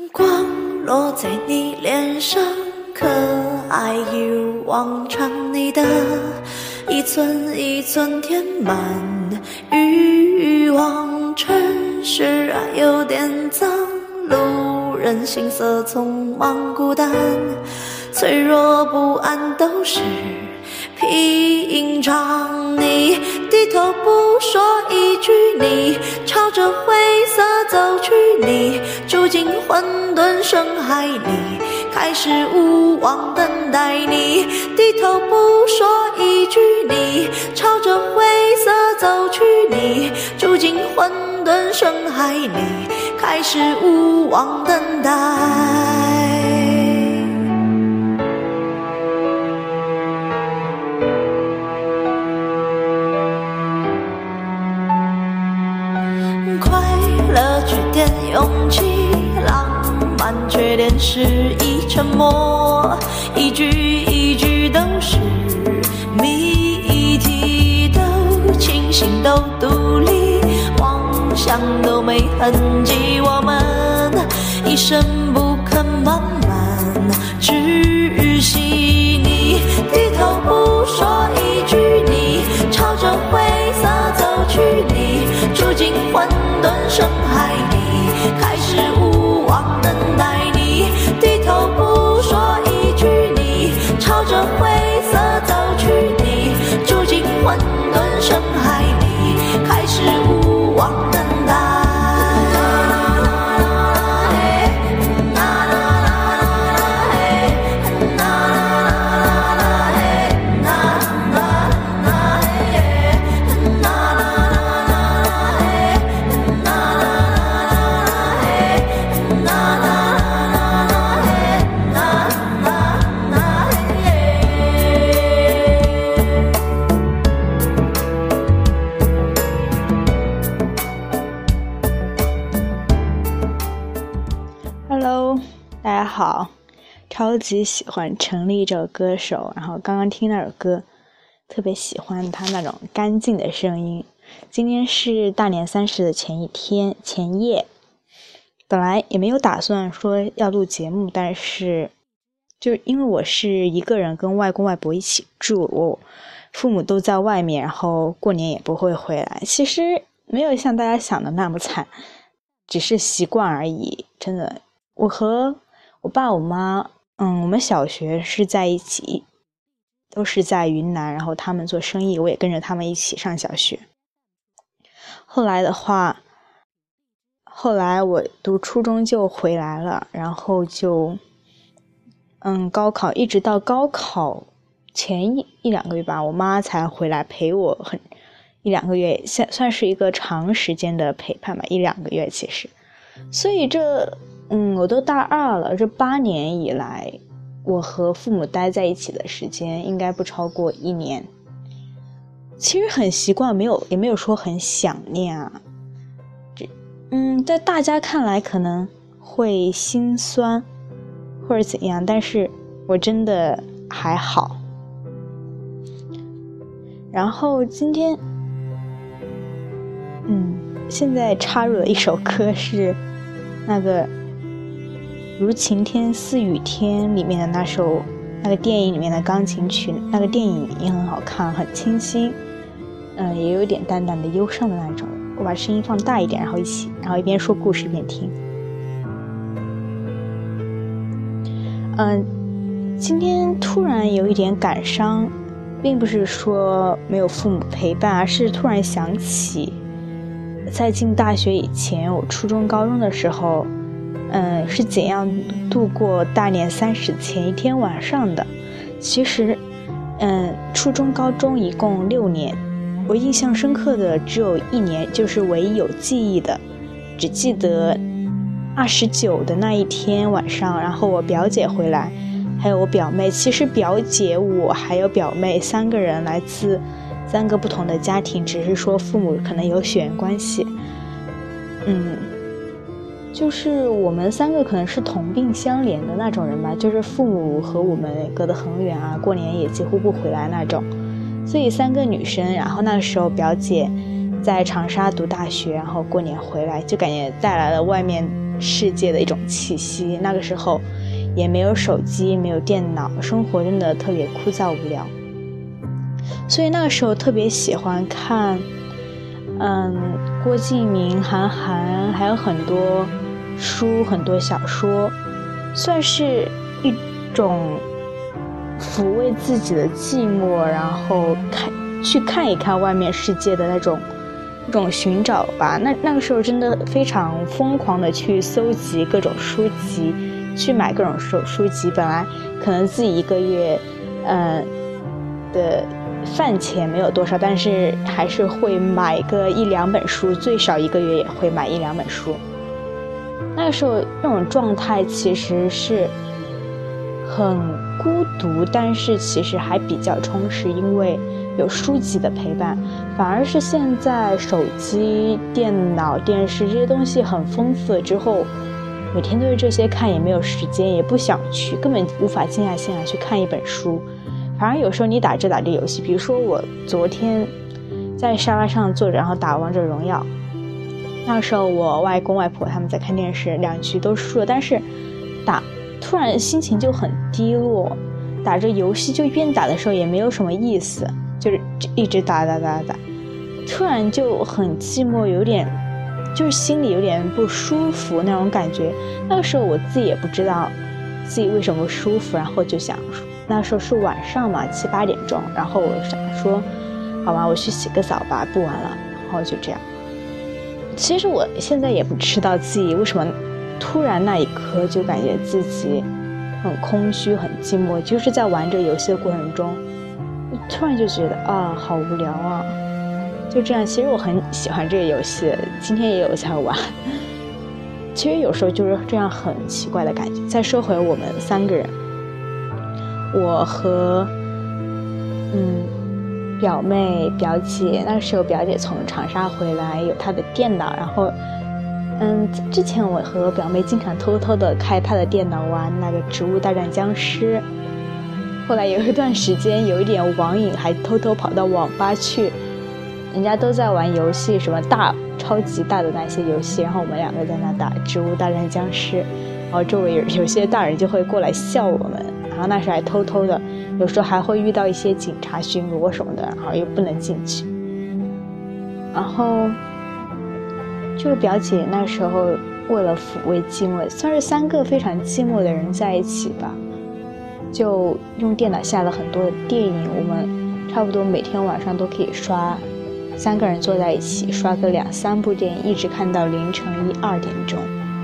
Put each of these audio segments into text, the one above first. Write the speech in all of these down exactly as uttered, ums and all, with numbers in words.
光落在你脸上，可爱一如往常，你的一寸一寸填满欲望，城市啊有点脏，路人行色匆忙孤单，脆弱不安都是平常。你低头不说一句，你朝着灰色走去，你住进混沌深海里，开始无望等待。你低头不说一句，你朝着灰色走去，你住进混沌深海里，开始无望等待。缺点勇气，浪漫缺点失意，沉默一句一句都是谜题，都清醒都独立，妄想都没痕迹，我们一声不肯慢慢窒息。你低头不说一句，你朝着灰色走去，你住进混沌深海里，开始无望等待。你低头不说一句，你朝着灰色走去，你住进混沌深海里，开始无望等待。 大家好，超级喜欢陈粒这个歌手，然后刚刚听那首歌特别喜欢他那种干净的声音。今天是大年三十的前一天前夜，本来也没有打算说要录节目，但是就因为我是一个人跟外公外婆一起住，我父母都在外面，然后过年也不会回来，其实没有像大家想的那么惨，只是习惯而已。真的，我和我爸我妈嗯，我们小学是在一起，都是在云南，然后他们做生意，我也跟着他们一起上小学。后来的话后来我读初中就回来了，然后就嗯，高考一直到高考前一一两个月吧，我妈才回来陪我很一两个月，算算是一个长时间的陪伴吧，一两个月其实。所以这嗯，我都大二了，这八年以来，我和父母待在一起的时间应该不超过一年。其实很习惯，没有也没有说很想念啊。这嗯，在大家看来可能会心酸或者怎样，但是我真的还好。然后今天，嗯，现在插入了一首歌，是那个如晴天似雨天里面的那首，那个电影里面的钢琴曲，那个电影也很好看，很清新，嗯，也有点淡淡的忧伤的那种。我把声音放大一点，然后一起，然后一边说故事一边听。嗯，今天突然有一点感伤，并不是说没有父母陪伴，而是突然想起，在进大学以前，我初中高中的时候嗯，是怎样度过大年三十前一天晚上的。其实嗯，初中高中一共六年，我印象深刻的只有一年，就是唯一有记忆的，只记得二十九的那一天晚上，然后我表姐回来，还有我表妹。其实表姐我还有表妹三个人来自三个不同的家庭，只是说父母可能有血缘关系。嗯，就是我们三个可能是同病相怜的那种人吧，就是父母和我们隔得很远啊，过年也几乎不回来那种。所以三个女生，然后那个时候表姐在长沙读大学，然后过年回来，就感觉带来了外面世界的一种气息。那个时候也没有手机，没有电脑，生活真的特别枯燥无聊，所以那个时候特别喜欢看嗯，郭敬明、韩寒，还有很多书，很多小说，算是一种抚慰自己的寂寞，然后看去看一看外面世界的那种那种寻找吧。那那个时候真的非常疯狂的去搜集各种书籍，去买各种书书籍。本来可能自己一个月，呃的饭钱没有多少，但是还是会买个一两本书，最少一个月也会买一两本书。那个时候那种状态其实是很孤独，但是其实还比较充实，因为有书籍的陪伴。反而是现在手机、电脑、电视这些东西很丰富了之后，每天对这些看也没有时间，也不想去，根本无法静下心来去看一本书。反而有时候你打着打着游戏，比如说我昨天在沙发上坐着，然后打王者荣耀，那个时候我外公外婆他们在看电视，两局都输了，但是打突然心情就很低落，打着游戏就越打的时候也没有什么意思，就是一直打打打打，突然就很寂寞，有点就是心里有点不舒服那种感觉。那个时候我自己也不知道自己为什么舒服，然后就想，那时候是晚上嘛，七八点钟，然后我想说好吧，我去洗个澡吧，不玩了，然后就这样。其实我现在也不知道自己为什么突然那一刻就感觉自己很空虚很寂寞，就是在玩这游戏的过程中突然就觉得啊好无聊啊，就这样。其实我很喜欢这个游戏，今天也有在玩。其实有时候就是这样很奇怪的感觉。再说回我们三个人，我和嗯表妹表姐，那时候表姐从长沙回来，有她的电脑，然后嗯之前我和表妹经常偷偷的开她的电脑玩那个植物大战僵尸，后来有一段时间有一点网瘾，还偷偷跑到网吧去，人家都在玩游戏，什么大超级大的那些游戏，然后我们两个在那打植物大战僵尸，然后周围有有些大人就会过来笑我们，然后那时候还偷偷的，有时候还会遇到一些警察巡逻什么的，然后又不能进去。然后就是表姐那时候为了抚慰寂寞，算是三个非常寂寞的人在一起吧，就用电脑下了很多的电影，我们差不多每天晚上都可以刷，三个人坐在一起刷个两三部电影，一直看到凌晨一二点钟。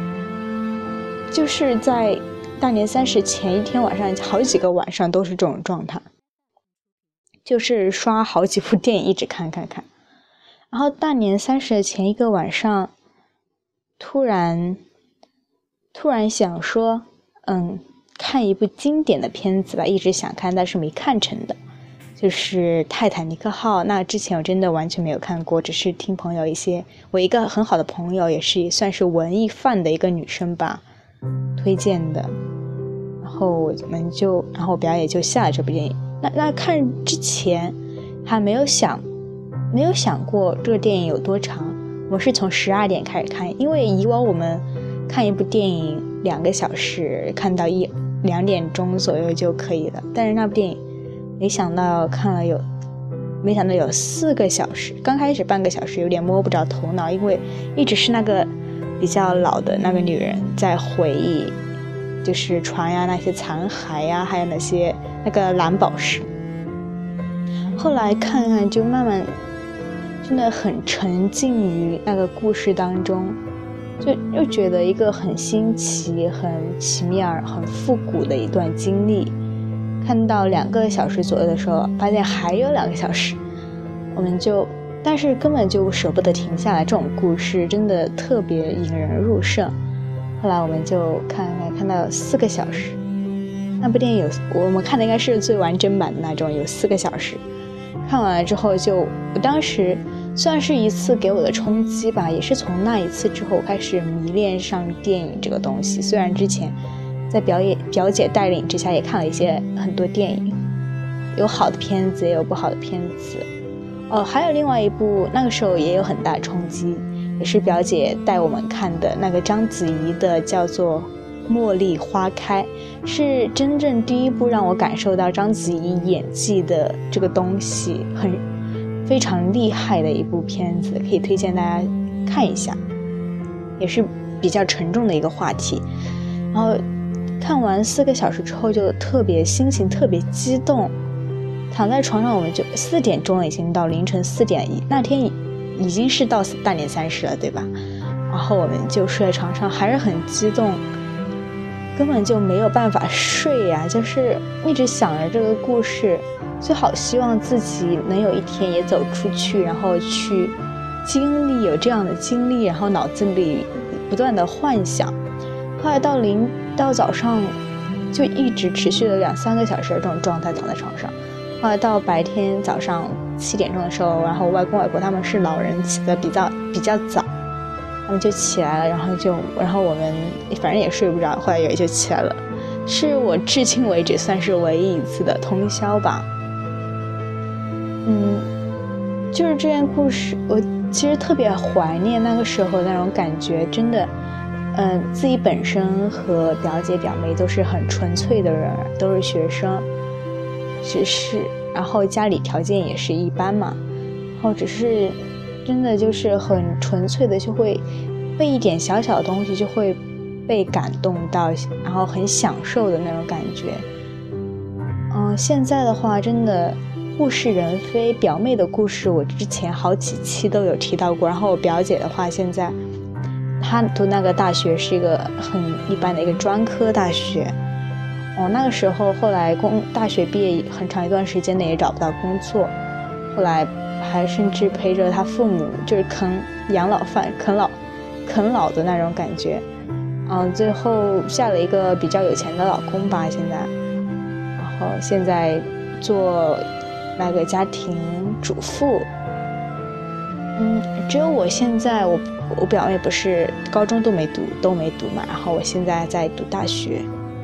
就是在大年三十前一天晚上，好几个晚上都是这种状态，就是刷好几部电影一直看看看。然后大年三十的前一个晚上，突然突然想说嗯看一部经典的片子吧，一直想看但是没看成的，就是泰坦尼克号。那之前我真的完全没有看过，只是听朋友一些，我一个很好的朋友也是算是文艺范的一个女生吧推荐的，然后我们就然后我表姐就下了这部电影。那那看之前还没有想没有想过这个电影有多长，我是从十二点开始看，因为以往我们看一部电影两个小时，看到一两点钟左右就可以了，但是那部电影没想到看了有没想到有四个小时，刚开始半个小时有点摸不着头脑，因为一直是那个比较老的那个女人在回忆，就是船呀那些残骸呀，还有那些那个蓝宝石。后来看看就慢慢真的很沉浸于那个故事当中，就又觉得一个很新奇很奇妙很复古的一段经历。看到两个小时左右的时候发现还有两个小时，我们就但是根本就舍不得停下来，这种故事真的特别引人入胜。后来我们就看看看到有四个小时，那部电影有我们看的应该是最完整版的那种，有四个小时。看完了之后就我当时算是一次给我的冲击吧，也是从那一次之后开始迷恋上电影这个东西。虽然之前在表姐表姐带领之下也看了一些很多电影，有好的片子也有不好的片子。哦，还有另外一部那个时候也有很大冲击， 也是表姐带我们看的那个章子怡的，叫做《茉莉花开》，是真正第一部让我感受到章子怡演技的这个东西，很非常厉害的一部片子，可以推荐大家看一下，也是比较沉重的一个话题。然后看完四个小时之后就特别心情特别激动，躺在床上我们就四点钟已经到凌晨四点，那天已经是到大年三十了对吧，然后我们就睡在床上还是很激动，根本就没有办法睡呀、啊，就是一直想着这个故事，就好希望自己能有一天也走出去，然后去经历有这样的经历，然后脑子里不断的幻想。后来到临到早上就一直持续了两三个小时的这种状态躺在床上。后来到白天早上七点钟的时候，然后外公外婆他们是老人，起得比较比较早，他们就起来了，然后就然后我们反正也睡不着，后来也就起来了，是我至今为止算是唯一一次的通宵吧。嗯，就是这件故事我其实特别怀念那个时候那种感觉，真的嗯、呃，自己本身和表姐表妹都是很纯粹的人，都是学生，只是然后家里条件也是一般嘛，然后只是真的就是很纯粹的，就会被一点小小的东西就会被感动到，然后很享受的那种感觉。嗯、呃，现在的话真的物是人非，表妹的故事我之前好几期都有提到过，然后我表姐的话现在她读那个大学是一个很一般的一个专科大学，哦，那个时候后来工大学毕业很长一段时间内也找不到工作，后来还甚至陪着他父母就是啃养老饭啃老啃老的那种感觉，嗯，最后嫁了一个比较有钱的老公吧现在，然后现在做那个家庭主妇。嗯，只有我现在我我表妹不是高中都没读都没读嘛，然后我现在在读大学。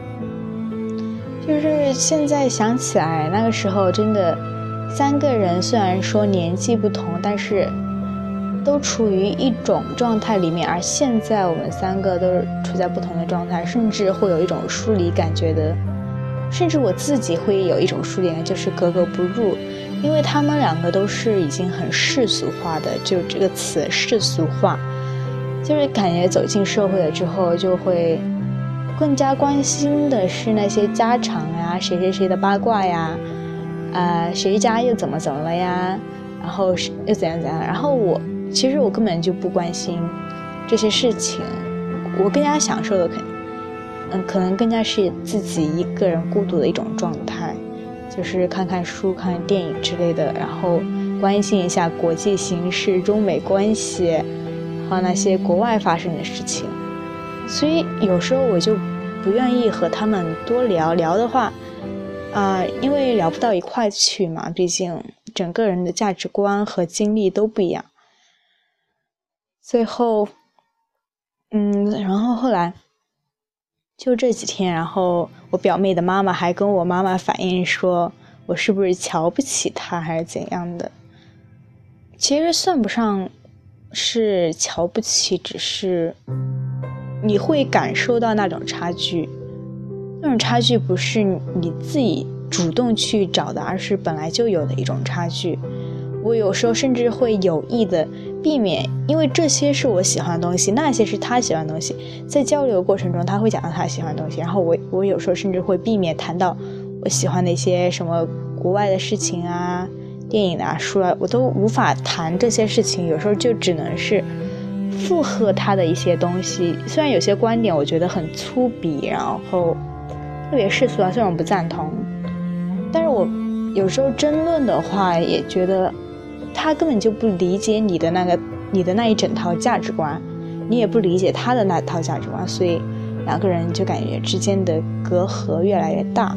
就是现在想起来那个时候真的三个人虽然说年纪不同，但是都处于一种状态里面，而现在我们三个都是处在不同的状态，甚至会有一种疏离感，觉得甚至我自己会有一种疏离感，就是格格不入，因为他们两个都是已经很世俗化的，就这个词世俗化，就是感觉走进社会了之后就会更加关心的是那些家常呀，谁谁谁的八卦呀，呃，谁家又怎么怎么了呀，然后又怎样怎样，然后我其实我根本就不关心这些事情，我更加享受的可能嗯，可能更加是自己一个人孤独的一种状态，就是看看书看看电影之类的，然后关心一下国际形势中美关系还有那些国外发生的事情。所以有时候我就不愿意和他们多聊聊的话啊、呃，因为聊不到一块去嘛，毕竟整个人的价值观和经历都不一样。最后嗯，然后后来就这几天，然后我表妹的妈妈还跟我妈妈反映说我是不是瞧不起她还是怎样的。其实算不上是瞧不起，只是你会感受到那种差距，那种差距不是你自己主动去找的，而是本来就有的一种差距。我有时候甚至会有意的避免，因为这些是我喜欢的东西，那些是他喜欢的东西，在交流过程中他会讲到他喜欢的东西，然后我我有时候甚至会避免谈到我喜欢的一些什么国外的事情啊，电影啊书啊，我都无法谈这些事情，有时候就只能是附和他的一些东西，虽然有些观点我觉得很粗鄙，然后特别世俗啊，虽然我不赞同，但是我有时候争论的话也觉得他根本就不理解你的那个你的那一整套价值观，你也不理解他的那套价值观，所以两个人就感觉之间的隔阂越来越大。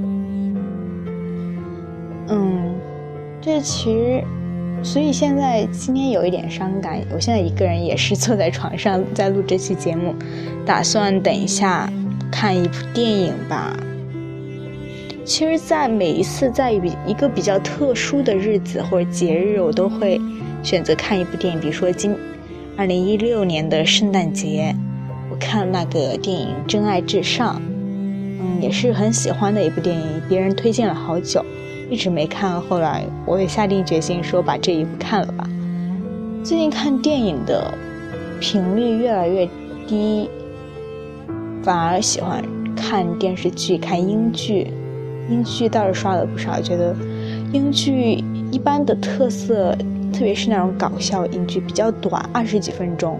嗯，这其实所以现在今天有一点伤感，我现在一个人也是坐在床上在录这期节目，打算等一下看一部电影吧。其实在每一次在一个比较特殊的日子或者节日，我都会选择看一部电影，比如说今二零一六年的圣诞节，我看那个电影《真爱至上》，嗯，也是很喜欢的一部电影，别人推荐了好久，一直没看，后来我也下定决心说把这一部看了吧。最近看电影的频率越来越低，反而喜欢看电视剧，看英剧。英剧倒是刷了不少，觉得英剧一般的特色，特别是那种搞笑英剧比较短，二十几分钟。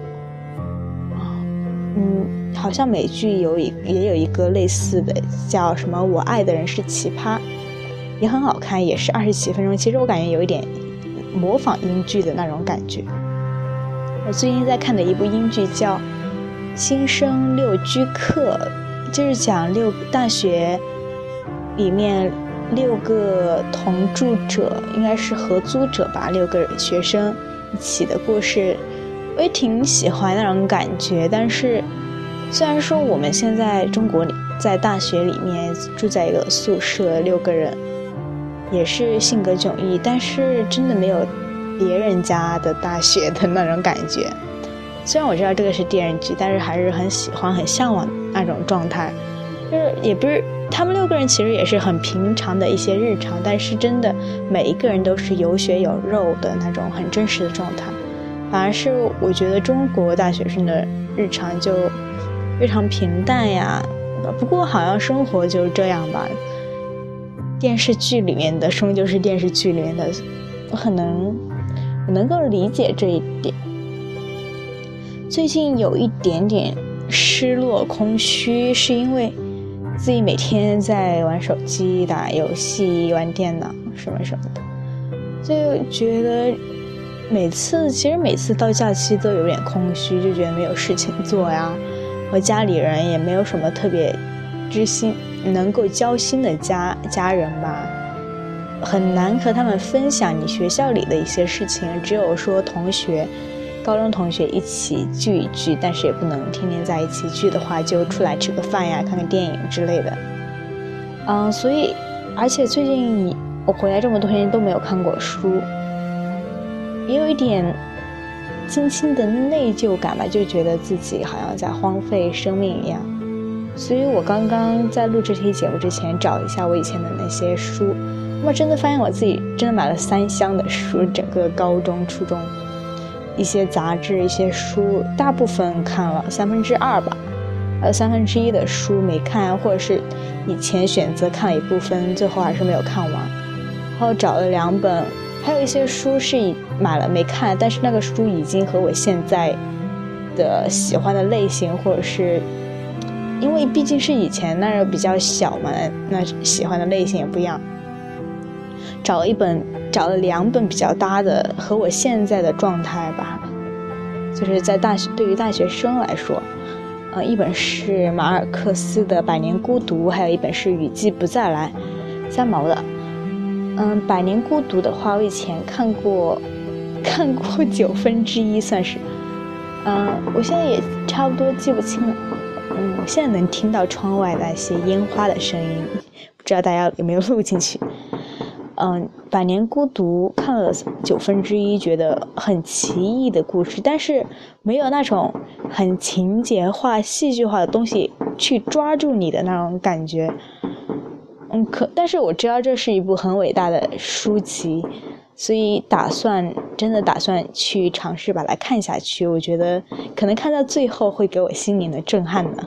嗯，好像美剧有一也有一个类似的，叫什么《我爱的人是奇葩》，也很好看，也是二十几分钟。其实我感觉有一点模仿英剧的那种感觉。我最近在看的一部英剧叫《新生六居课》，就是讲六大学里面六个同住者，应该是合租者吧，六个学生一起的故事。我也挺喜欢那种感觉，但是虽然说我们现在中国里在大学里面住在一个宿舍，六个人也是性格迥异，但是真的没有别人家的大学的那种感觉。虽然我知道这个是电视剧，但是还是很喜欢很向往那种状态。就是也不是他们六个人其实也是很平常的一些日常，但是真的每一个人都是有血有肉的那种很真实的状态。反而是我觉得中国大学生的日常就非常平淡呀，不过好像生活就是这样吧，电视剧里面的终究是电视剧里面的，我很能我能够理解这一点。最近有一点点失落空虚，是因为自己每天在玩手机、打游戏、玩电脑什么什么的，就觉得每次其实每次到假期都有点空虚，就觉得没有事情做呀，和家里人也没有什么特别知心能够交心的家家人吧，很难和他们分享你学校里的一些事情，只有说同学高中同学一起聚一聚，但是也不能天天在一起，聚的话就出来吃个饭呀，看看电影之类的。嗯，所以而且最近我回来这么多天都没有看过书，也有一点轻轻的内疚感吧，就觉得自己好像在荒废生命一样。所以我刚刚在录这期节目之前找一下我以前的那些书，那么真的发现我自己真的买了三箱的书，整个高中初中一些杂志一些书大部分看了三分之二吧，还有三分之一的书没看，或者是以前选择看了一部分最后还是没有看完。然后找了两本，还有一些书是买了没看，但是那个书已经和我现在的喜欢的类型，或者是因为毕竟是以前那比较小嘛，那喜欢的类型也不一样。找了一本找了两本比较搭的和我现在的状态吧，就是在大学对于大学生来说，呃，一本是马尔克斯的《百年孤独》，还有一本是《雨季不再来》，三毛的。嗯，《百年孤独》的话，我以前看过，看过九分之一算是。嗯，我现在也差不多记不清了。嗯，我现在能听到窗外的那些烟花的声音，不知道大家有没有录进去。嗯，百年孤独看了九分之一，觉得很奇异的故事，但是没有那种很情节化戏剧化的东西去抓住你的那种感觉。嗯，可但是我知道这是一部很伟大的书籍，所以打算真的打算去尝试把它看下去，我觉得可能看到最后会给我心灵的震撼呢。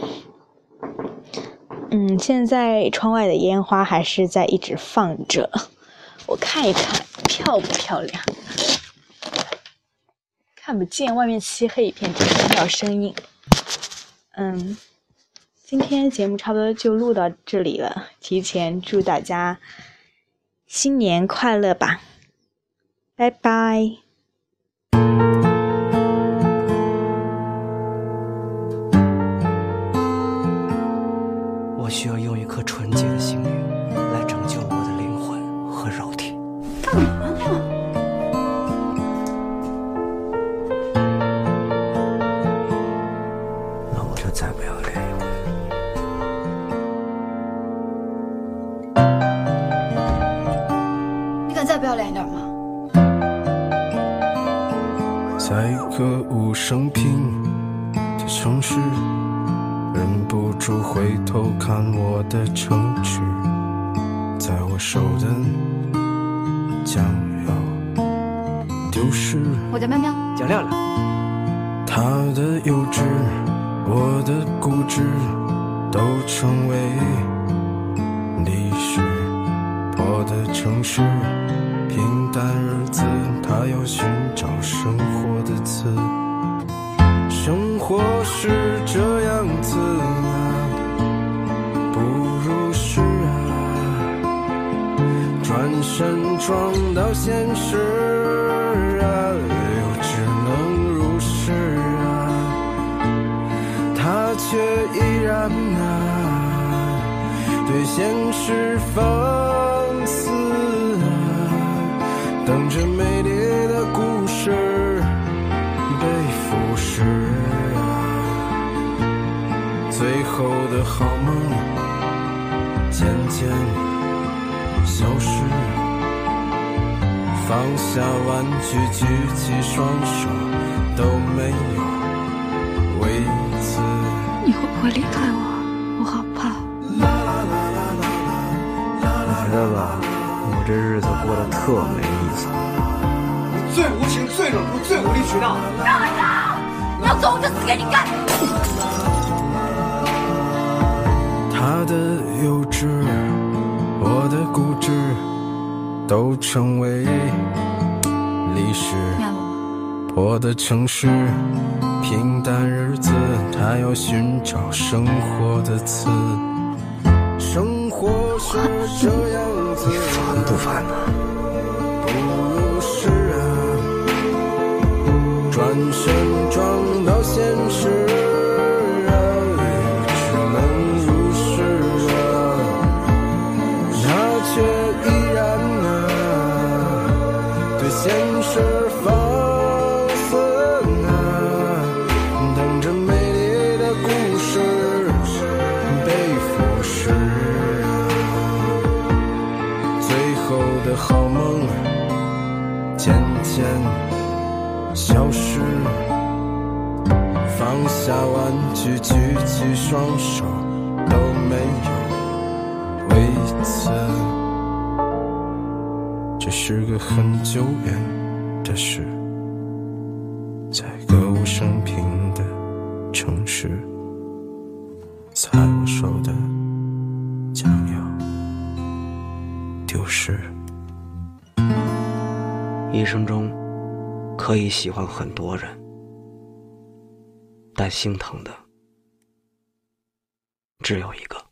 嗯，现在窗外的烟花还是在一直放着，我看一看漂不漂亮。看不见，外面漆黑一片，只能听到声音。嗯，今天节目差不多就录到这里了，提前祝大家新年快乐吧，拜拜。 我需要用一颗纯洁的心灵来拯救我的灵魂和肉体。那我就再不要脸一回。 你敢再不要脸一点吗？ 的城市，忍不住回头看我的城池，在我手的将要丢失。 我叫喵喵， 叫亮亮。 他的幼稚，我的固执，都成为历史。破的城市，平淡日子，他要寻找生活的词。生活是这样子啊，不如是啊，转身撞到现实啊，又只能如是啊，他却依然啊，对现实放肆啊，等着美丽的故事被腐蚀啊，最后的好梦渐渐消失，放下玩具，举起双手，都没有为此。 你会不会离开我？我好怕。 我觉得吧，我这日子过得特没意思。 你最无情、最冷酷、最无理取闹。让我走！你要走我就死给你看。 他的幼稚，我的固执，都成为历史。破的城市，平淡日子，他要寻找生活的词。生活是这样子， 你烦不烦呢？ 不如是啊，转身撞到现实啊，只能如是啊，他却依然啊，对现实放肆啊，等着美丽的故事被腐蚀。最后的好梦渐渐消失，放下玩具，举起双手，都没有为此。这是个很久远的事，在歌舞升平的城市，在我手的将要丢失。 一生中可以喜欢很多人，但心疼的只有一个。